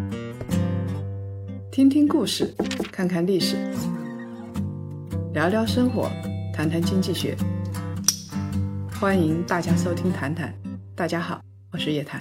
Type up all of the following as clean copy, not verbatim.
听听故事，看看历史，聊聊生活，谈谈经济学。欢迎大家收听谈谈。大家好，我是叶檀。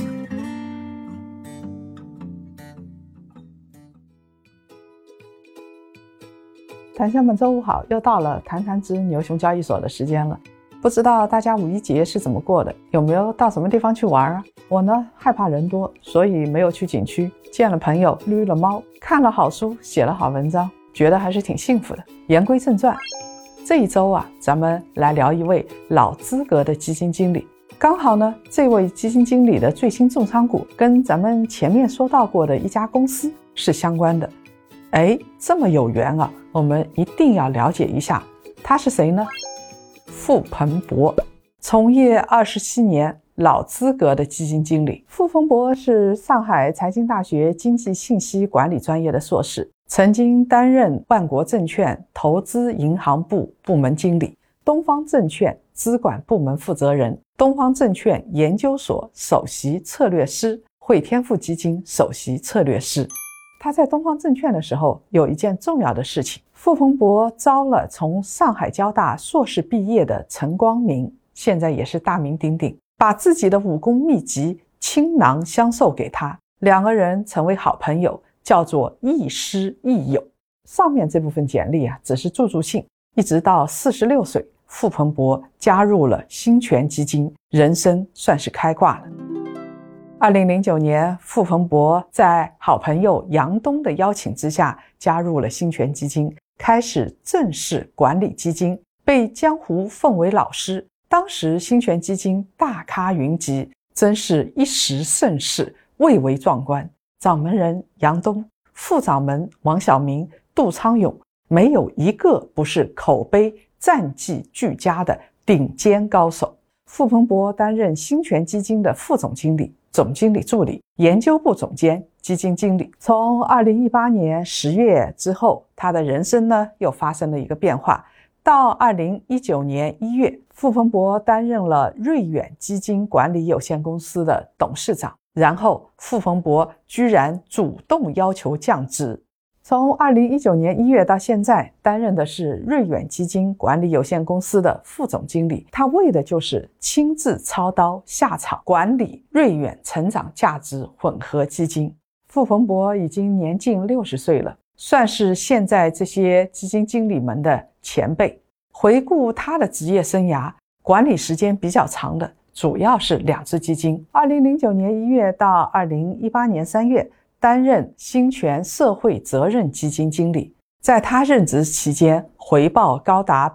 檀香们周五好，又到了谈谈之牛熊交易所的时间了。不知道大家五一节是怎么过的，有没有到什么地方去玩啊？我呢，害怕人多，所以没有去景区，见了朋友，撸了猫，看了好书，写了好文章，觉得还是挺幸福的。言归正传，这一周啊，咱们来聊一位老资格的基金经理。刚好呢，这位基金经理的最新重仓股跟咱们前面说到过的一家公司是相关的。这么有缘啊，我们一定要了解一下，他是谁呢？傅鹏博，从业27年，老资格的基金经理。傅鹏博是上海财经大学经济信息管理专业的硕士，曾经担任万国证券投资银行部部门经理、东方证券资管部门负责人、东方证券研究所首席策略师、汇添富基金首席策略师。他在东方证券的时候有一件重要的事情，傅鹏博招了从上海交大硕士毕业的陈光明，现在也是大名鼎鼎，把自己的武功秘籍倾囊相授给他，两个人成为好朋友，叫做亦师亦友。上面这部分简历啊，只是助助兴，一直到46岁，傅鹏博加入了兴全基金，人生算是开挂了。2009年，傅鹏博在好朋友杨东的邀请之下加入了兴全基金，开始正式管理基金，被江湖奉为老师。当时兴全基金大咖云集，真是一时盛世，蔚为壮观。掌门人杨东，副掌门王晓明、杜昌永，没有一个不是口碑战绩俱佳的顶尖高手。傅鹏博担任兴全基金的副总经理、总经理助理、研究部总监、基金经理。从2018年10月之后，他的人生呢又发生了一个变化。到2019年1月，傅鹏博担任了瑞远基金管理有限公司的董事长，然后傅鹏博居然主动要求降职。从2019年1月到现在，担任的是瑞远基金管理有限公司的副总经理，他为的就是亲自操刀下场管理瑞远成长价值混合基金。傅鹏博已经年近60岁了，算是现在这些基金经理们的前辈。回顾他的职业生涯，管理时间比较长的主要是2只基金。2009年1月到2018年3月，担任兴全社会责任基金经理。在他任职期间，回报高达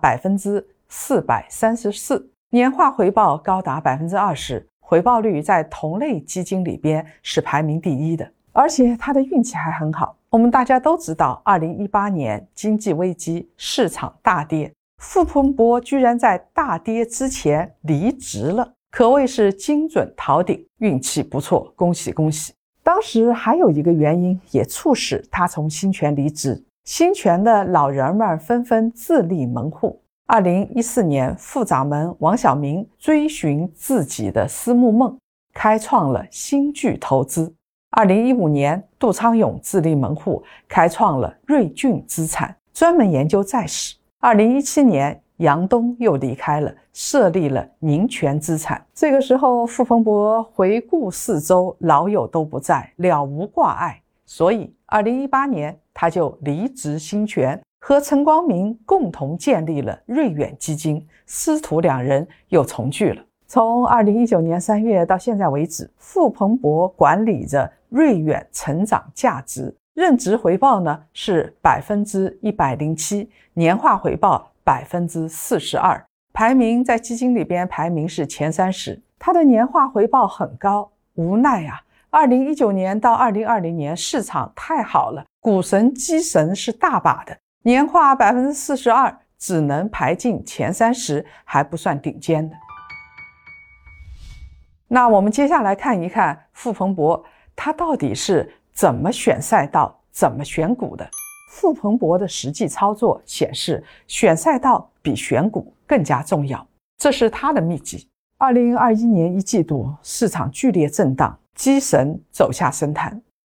434%， 年化回报高达 20%， 回报率在同类基金里边是排名第一的。而且他的运气还很好，我们大家都知道2018年经济危机，市场大跌，傅鹏博居然在大跌之前离职了，可谓是精准逃顶，运气不错，恭喜恭喜。当时还有一个原因也促使他从兴全离职，兴全的老人们纷纷自立门户。2014年，副掌门王晓明追寻自己的私募梦，开创了新巨投资。2015年，杜昌永自立门户，开创了瑞俊资产，专门研究债市。2017年，杨东又离开了，设立了宁全资产。这个时候，傅鹏博回顾四周，老友都不在，了无挂碍，所以2018年他就离职兴全，和陈光明共同建立了瑞远基金，师徒2人又重聚了。从2019年3月到现在为止，傅鹏博管理着瑞远成长价值，任职回报呢是 107%， 年化回报 42%， 排名在基金里边排名是前30，他的年化回报很高。无奈啊，2019年到2020年市场太好了，股神基神是大把的，年化 42%， 只能排进前30，还不算顶尖的。那我们接下来看一看傅鹏博他到底是怎么选赛道、怎么选股的。傅鹏博的实际操作显示，选赛道比选股更加重要，这是他的秘籍。2021年1季度市场剧烈震荡，基神走下神坛，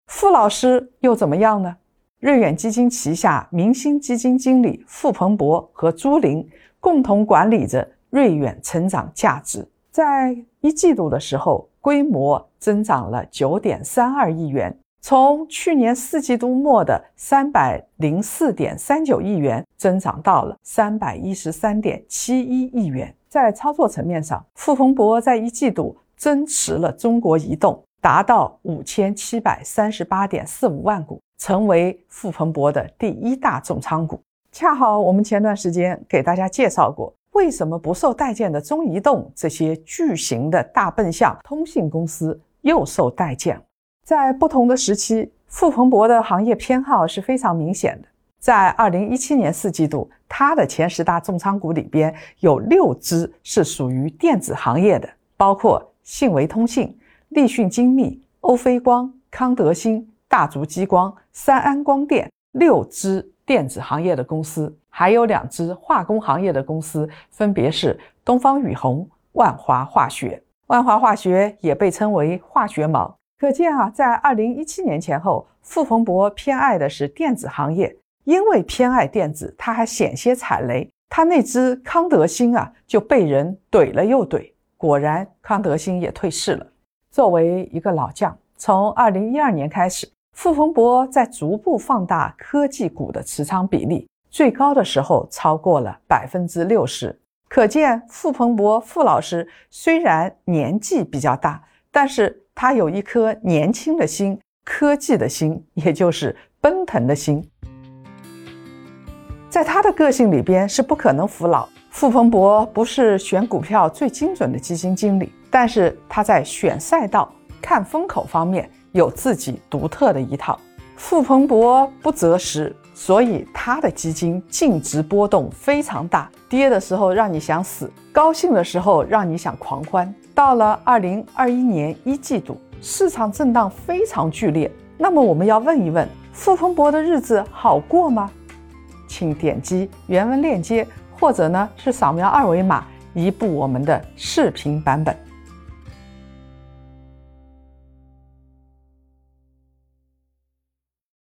傅老师又怎么样呢？瑞远基金旗下明星基金经理傅鹏博和朱琳共同管理着瑞远成长价值，在一季度的时候，规模增长了 9.32 亿元，从去年4季度末的 304.39 亿元增长到了 313.71 亿元。在操作层面上，傅鹏博在一季度增持了中国移动，达到 5738.45 万股，成为傅鹏博的第1大重仓股。恰好我们前段时间给大家介绍过，为什么不受待见的中移动这些巨型的大笨象通信公司又受待见。在不同的时期，傅鹏博的行业偏好是非常明显的。在2017年4季度，他的前10大重仓股里边有6只是属于电子行业的，包括信维通信、立讯精密、欧菲光、康德新、大族激光、三安光电，6只电子行业的公司，还有2只化工行业的公司，分别是东方雨虹、万华化学。万华化学也被称为化学锚。可见在2017年前后，傅鹏博偏爱的是电子行业，因为偏爱电子，他还险些踩雷。他那只康德新就被人怼了又怼，果然康德新也退市了。作为一个老将，从2012年开始，傅鹏博在逐步放大科技股的持仓比例，最高的时候超过了 60%。 可见傅鹏博傅老师虽然年纪比较大，但是他有一颗年轻的心，科技的心，也就是奔腾的心。在他的个性里边是不可能服老。傅鹏博不是选股票最精准的基金经理，但是他在选赛道、看风口方面有自己独特的一套。傅鹏博不择时，所以他的基金净值波动非常大，跌的时候让你想死，高兴的时候让你想狂欢。到了2021年1季度，市场震荡非常剧烈，那么我们要问一问，傅鹏博的日子好过吗？请点击原文链接，或者是扫描2维码移步我们的视频版本。